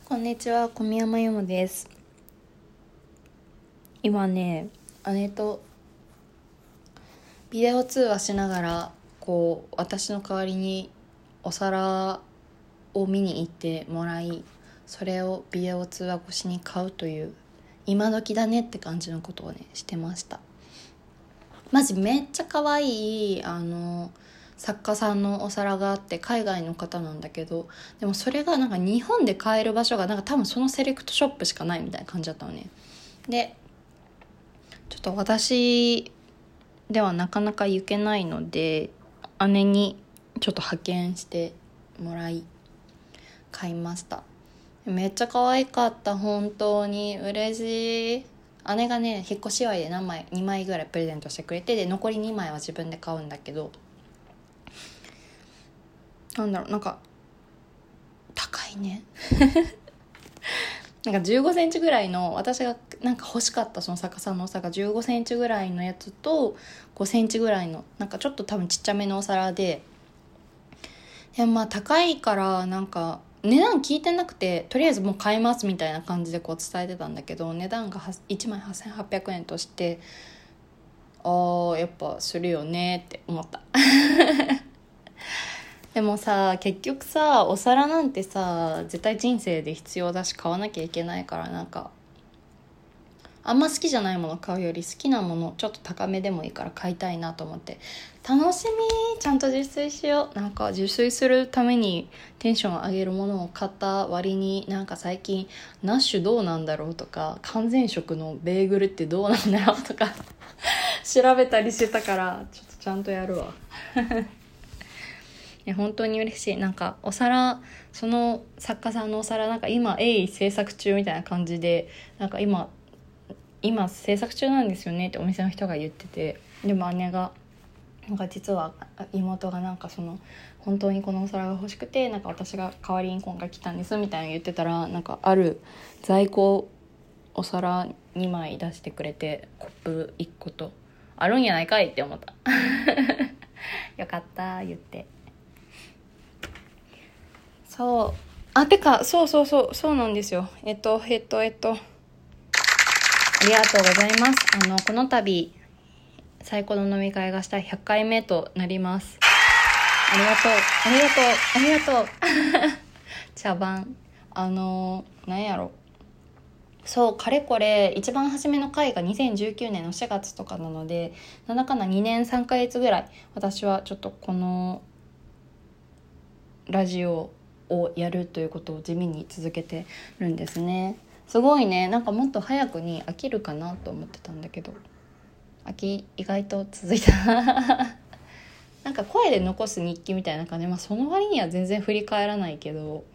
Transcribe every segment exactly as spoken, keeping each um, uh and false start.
こんにちは、小宮山由もです。今ね、姉とビデオ通話しながら、こう私の代わりにお皿を見に行ってもらい、それをビデオ通話越しに買うという今時だねって感じのことをねしてました。マジめっちゃ可愛いあの作家さんのお皿があって、海外の方なんだけど、でもそれがなんか日本で買える場所がなんか多分そのセレクトショップしかないみたいな感じだったのね。でちょっと私ではなかなか行けないので、姉にちょっと派遣してもらい買いました。めっちゃ可愛かった。本当に嬉しい。姉がね引っ越し祝いで何枚にまいぐらいプレゼントしてくれて、で残りにまいは自分で買うんだけど、なんだろう、なんか高いねなんかじゅうごセンチぐらいの、私がなんか欲しかったその作家さんのお皿がじゅうごセンチぐらいのやつとごセンチぐらいのなんかちょっと多分ちっちゃめのお皿で、でもまあ高いからなんか値段聞いてなくて、とりあえずもう買いますみたいな感じでこう伝えてたんだけど、値段がいちまいはっせんはっぴゃくえんとして、あーやっぱするよねって思ったでもさ、結局さお皿なんてさ絶対人生で必要だし買わなきゃいけないから、なんかあんま好きじゃないもの買うより好きなものちょっと高めでもいいから買いたいなと思って、楽しみ。ちゃんと自炊しよう。なんか自炊するためにテンション上げるものを買った割に、なんか最近ナッシュどうなんだろうとか、完全食のベーグルってどうなんだろうとか調べたりしてたから、ちょっとちゃんとやるわいや本当に嬉しい。なんかお皿、その作家さんのお皿なんか今鋭意制作中みたいな感じで、なんか今今制作中なんですよねってお店の人が言ってて、でも姉がなんか実は妹がなんかその本当にこのお皿が欲しくて、なんか私が代わりに今回来たんですみたいなの言ってたら、なんかある在庫お皿にまい出してくれて、コップいっことあるんやないかいって思ったよかった言って。そう、あてかそうそうそうそうなんですよ。えっとえっとえっとありがとうございます。あのこの度最高の飲み会がしたひゃっかいめとなります。ありがとうありがとうありがとう茶番。あのなんやろ、そうかれこれ一番初めの回がにせんじゅうきゅうねんのしがつとかなので、なんだかんだにねんさんかげつぐらい私はちょっとこのラジオをやるということを地味に続けてるんですね。すごいね。なんかもっと早くに飽きるかなと思ってたんだけど、飽き意外と続いたなんか声で残す日記みたいな感じ、まあその割には全然振り返らないけど、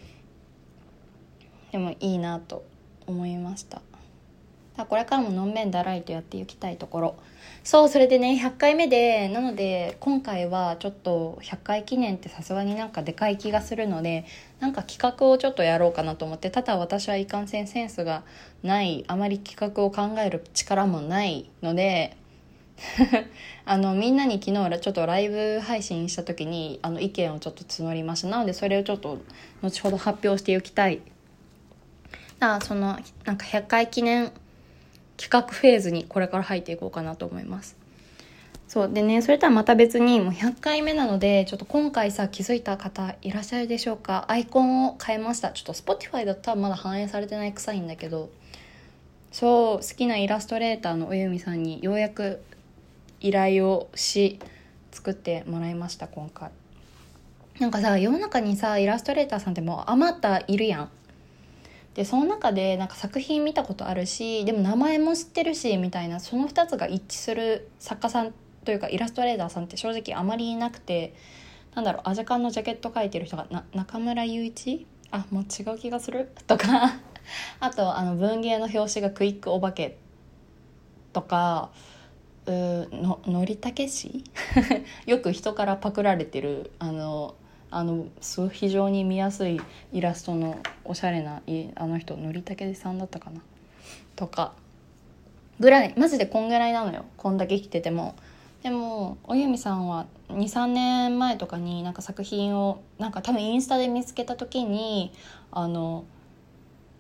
でもいいなと思いました。これからものんべんだらいとやっていきたいところ。そう、それでねひゃっかいめで、なので今回はちょっとひゃっかい記念ってさすがになんかでかい気がするので、なんか企画をちょっとやろうかなと思って、ただ私はいかんせんセンスがない、あまり企画を考える力もないのであのみんなに昨日ちょっとライブ配信した時にあの意見をちょっと募りました。なのでそれをちょっと後ほど発表しておきたい。だからそのなんかひゃっかい記念企画フェーズにこれから入っていこうかなと思います。そうでね、それとはまた別にもうひゃっかいめなので、ちょっと今回さ気づいた方いらっしゃるでしょうか。アイコンを変えました。ちょっと Spotify だと多分まだ反映されてない臭いんだけど、そう好きなイラストレーターのおゆみさんにようやく依頼をし作ってもらいました今回。なんかさ世の中にさイラストレーターさんってもうあまたいるやん。でその中でなんか作品見たことあるし、でも名前も知ってるしみたいな、そのふたつが一致する作家さんというかイラストレーターさんって正直あまりいなくて、なんだろう、アジャカンのジャケット描いてる人がな中村雄一、あもう違う気がするとかあとあの文芸の表紙がクイックお化けとか、うののりたけしよく人からパクられてるあのあのすごい非常に見やすいイラストのおしゃれなあの人のりたけさんだったかなとかぐらい、マジでこんぐらいなのよ、こんだけ生きてても。でもおゆみさんはにさんねんまえとかになんか作品をなんか多分インスタで見つけた時に、あの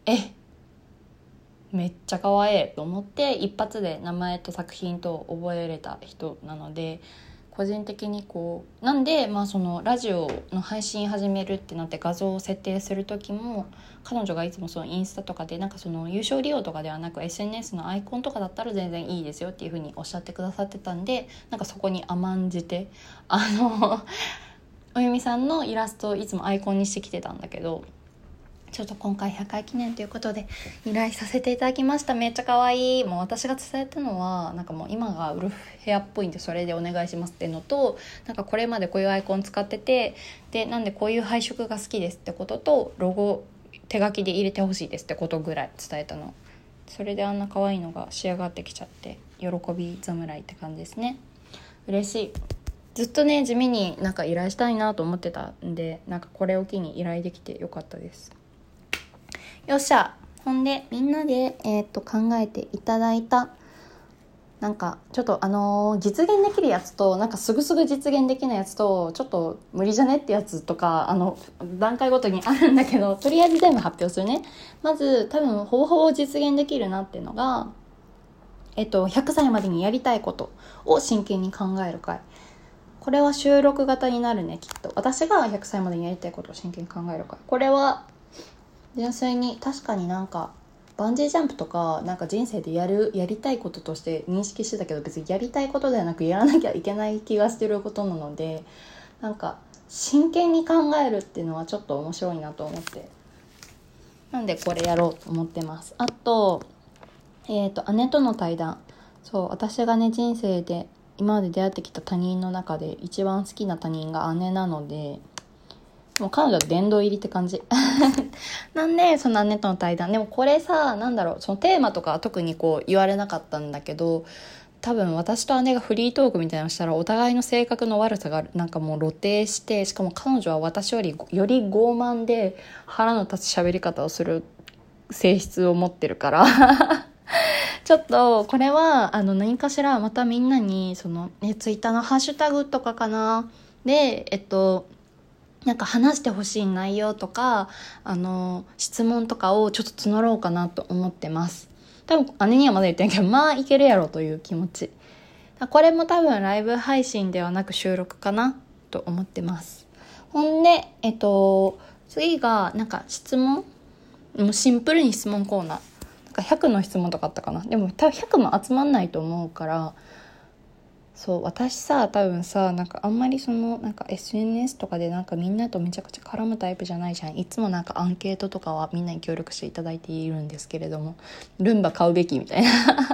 えめっちゃ可愛いと思って一発で名前と作品と覚えれた人なので、個人的にこうなんで、まあ、そのラジオの配信始めるってなって画像を設定する時も、彼女がいつもそのインスタとかでなんかその有償利用とかではなく エスエヌエス のアイコンとかだったら全然いいですよっていう風におっしゃってくださってたんで、なんかそこに甘んじてあのおゆみさんのイラストをいつもアイコンにしてきてたんだけど、ちょっと今回ひゃっかい記念ということで依頼させていただきました。めっちゃ可愛い。もう私が伝えたのはなんかもう今がウルフヘアっぽいんでそれでお願いしますっていうのと、なんかこれまでこういうアイコン使ってて、でなんでこういう配色が好きですってことと、ロゴ手書きで入れてほしいですってことぐらい伝えたの。それであんな可愛いのが仕上がってきちゃって喜び侍って感じですね。嬉しい。ずっとね地味になんか依頼したいなと思ってたんで、なんかこれを機に依頼できてよかったです。よっしゃ。ほんでみんなで、えー、と考えていただいたなんかちょっとあのー、実現できるやつとなんかすぐすぐ実現できないやつとちょっと無理じゃねってやつとかあの段階ごとにあるんだけど、とりあえず全部発表するね。まず多分ほぼほぼ実現できるなっていうのが、えっとひゃくさいまでにやりたいことを真剣に考える会。これは収録型になるねきっと。私がひゃくさいまでにやりたいことを真剣に考える会。これは純粋に確かになんかバンジージャンプとかなんか人生でやるやりたいこととして認識してたけど、別にやりたいことではなくやらなきゃいけない気がしてることなので、なんか真剣に考えるっていうのはちょっと面白いなと思って、なんでこれやろうと思ってます。あとえっと姉との対談。そう、私がね人生で今まで出会ってきた他人の中で一番好きな他人が姉なので、もう彼女は殿堂入りって感じなんでその姉との対談でもこれさ、なんだろう、そのテーマとかは特にこう言われなかったんだけど、多分私と姉がフリートークみたいなのしたらお互いの性格の悪さがなんかもう露呈して、しかも彼女は私よりより傲慢で腹の立つ喋り方をする性質を持ってるからちょっとこれはあの何かしらまたみんなにその、ね、ツイッターのハッシュタグとかかなでえっとなんか話してほしい内容とかあの質問とかをちょっと募ろうかなと思ってます。多分姉にはまだ言ってないけど、まあいけるやろという気持ち。これも多分ライブ配信ではなく収録かなと思ってます。ほんでえっと次がなんか質問、もうシンプルに質問コーナー、なんかひゃくの質問とかあったかな。でも多分ひゃくも集まんないと思うから、そう私さ多分さなんかあんまりそのなんか エスエヌエス とかでなんかみんなとめちゃくちゃ絡むタイプじゃないじゃん。いつもなんかアンケートとかはみんなに協力していただいているんですけれども、ルンバ買うべきみたいな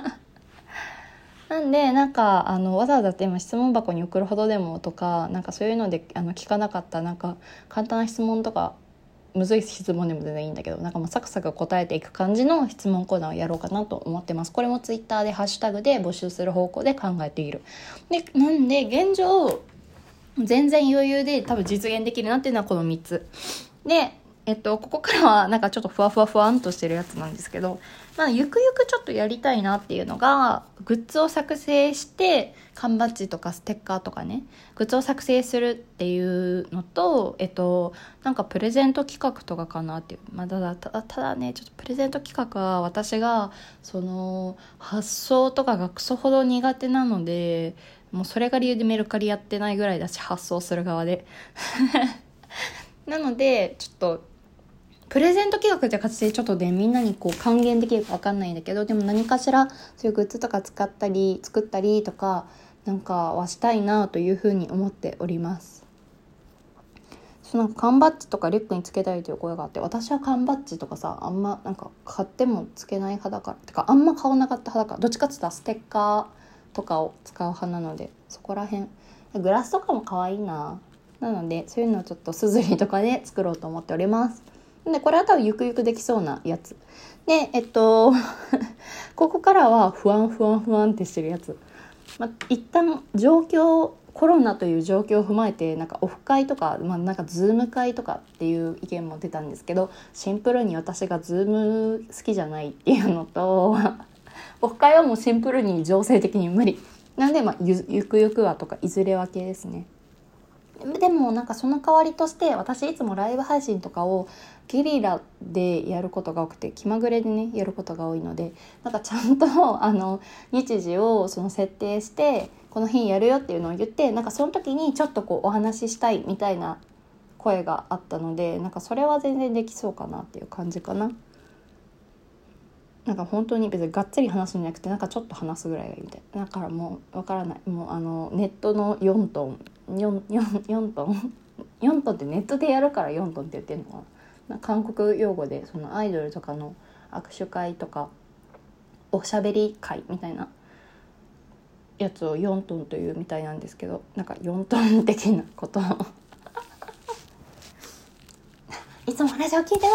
なんでなんかあのわざわざ今質問箱に送るほどでもとか、なんかそういうのであの聞かなかったなんか簡単な質問とかむずい質問でも全然いいんだけど、なんかもうサクサク答えていく感じの質問コーナーをやろうかなと思ってます。これもツイッターでハッシュタグで募集する方向で考えている。でなんで現状全然余裕で多分実現できるなっていうのはこのみっつで、えっとここからはなんかちょっとふわふわふわんとしてるやつなんですけど、まあ、ゆくゆくちょっとやりたいなっていうのがグッズを作成して缶バッジとかステッカーとかね、グッズを作成するっていうのと、えっとなんかプレゼント企画とかかなっていう、まあ、ただただただねちょっとプレゼント企画は私がその発送とかがクソほど苦手なので、もうそれが理由でメルカリやってないぐらいだし、発送する側でなのでちょっとプレゼント企画って形でちょっとねみんなにこう還元できるか分かんないんだけど、でも何かしらそういうグッズとか使ったり作ったりとかなんかはしたいなというふうに思っております。そうなんか缶バッジとかリュックにつけたいという声があって、私は缶バッジとかさあんまなんか買ってもつけない派だから、てかあんま買わなかった派だから、どっちかって言ったらステッカーとかを使う派なので、そこら辺グラスとかも可愛いな。なのでそういうのをちょっとすずりとかで作ろうと思っております。でこれは多分ゆくゆくできそうなやつで、えっとここからは不安不安不安ってしてるやつ、まあ、一旦状況コロナという状況を踏まえてなんかオフ会とか、まあ、なんかズーム会とかっていう意見も出たんですけど、シンプルに私がズーム好きじゃないっていうのとオフ会はもうシンプルに情勢的に無理なんで、まあ、ゆ, ゆくゆくはとかいずれは系ですね。 でもなんかその代わりとして私いつもライブ配信とかをゲリラでやることが多くて、気まぐれでねやることが多いので、なんかちゃんとあの日時をその設定してこの日やるよっていうのを言って、なんかその時にちょっとこうお話ししたいみたいな声があったので、なんかそれは全然できそうかなっていう感じかな。なんか本当に別にがっつり話すんじゃなくて、なんかちょっと話すぐらいがいいみたいな。だからもうわからない、もうあのネットのよんトン 4, 4, 4トンよんトンってネットでやるからよんトンって言ってるのかな。なんか韓国用語でそのアイドルとかの握手会とかおしゃべり会みたいなやつをよんトンというみたいなんですけど、なんかよんトン的なことをいつもラジオ聞いてます、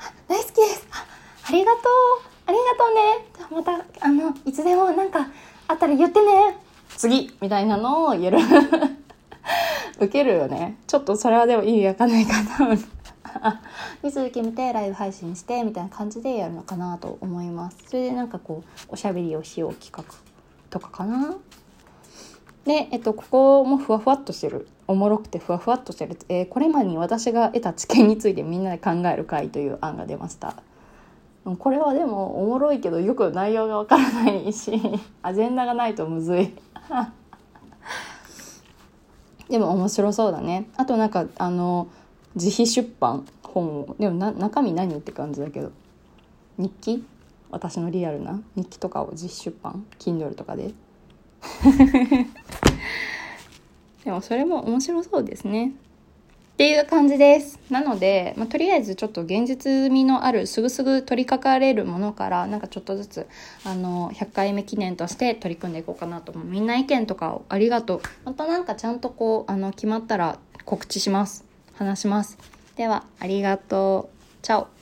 大好きです、 あ, ありがとうありがとうね、またあのいつでもなんかあったら言ってね次みたいなのを言えるウケるよね。ちょっとそれはでも意味わかんないかな日数決めてライブ配信してみたいな感じでやるのかなと思います。それでなんかこうおしゃべりをしよう企画とかかな。で、えっと、ここもふわふわっとしてる、おもろくてふわふわっとしてる、えー、これまでに私が得た知見についてみんなで考える会という案が出ました。これはでもおもろいけどよく内容がわからないしアジェンダがないとむずいでも面白そうだね。あとなんかあの自費出版本を、でもな中身何って感じだけど、日記、私のリアルな日記とかを自費出版 Kindle とかででもそれも面白そうですねっていう感じです。なので、まあ、とりあえずちょっと現実味のあるすぐすぐ取り掛かれるものからなんかちょっとずつあのひゃっかいめ記念として取り組んでいこうかなと思う。みんな意見とかをありがとう。またなんかちゃんとこうあの決まったら告知します、話します。ではありがとう、チャオ。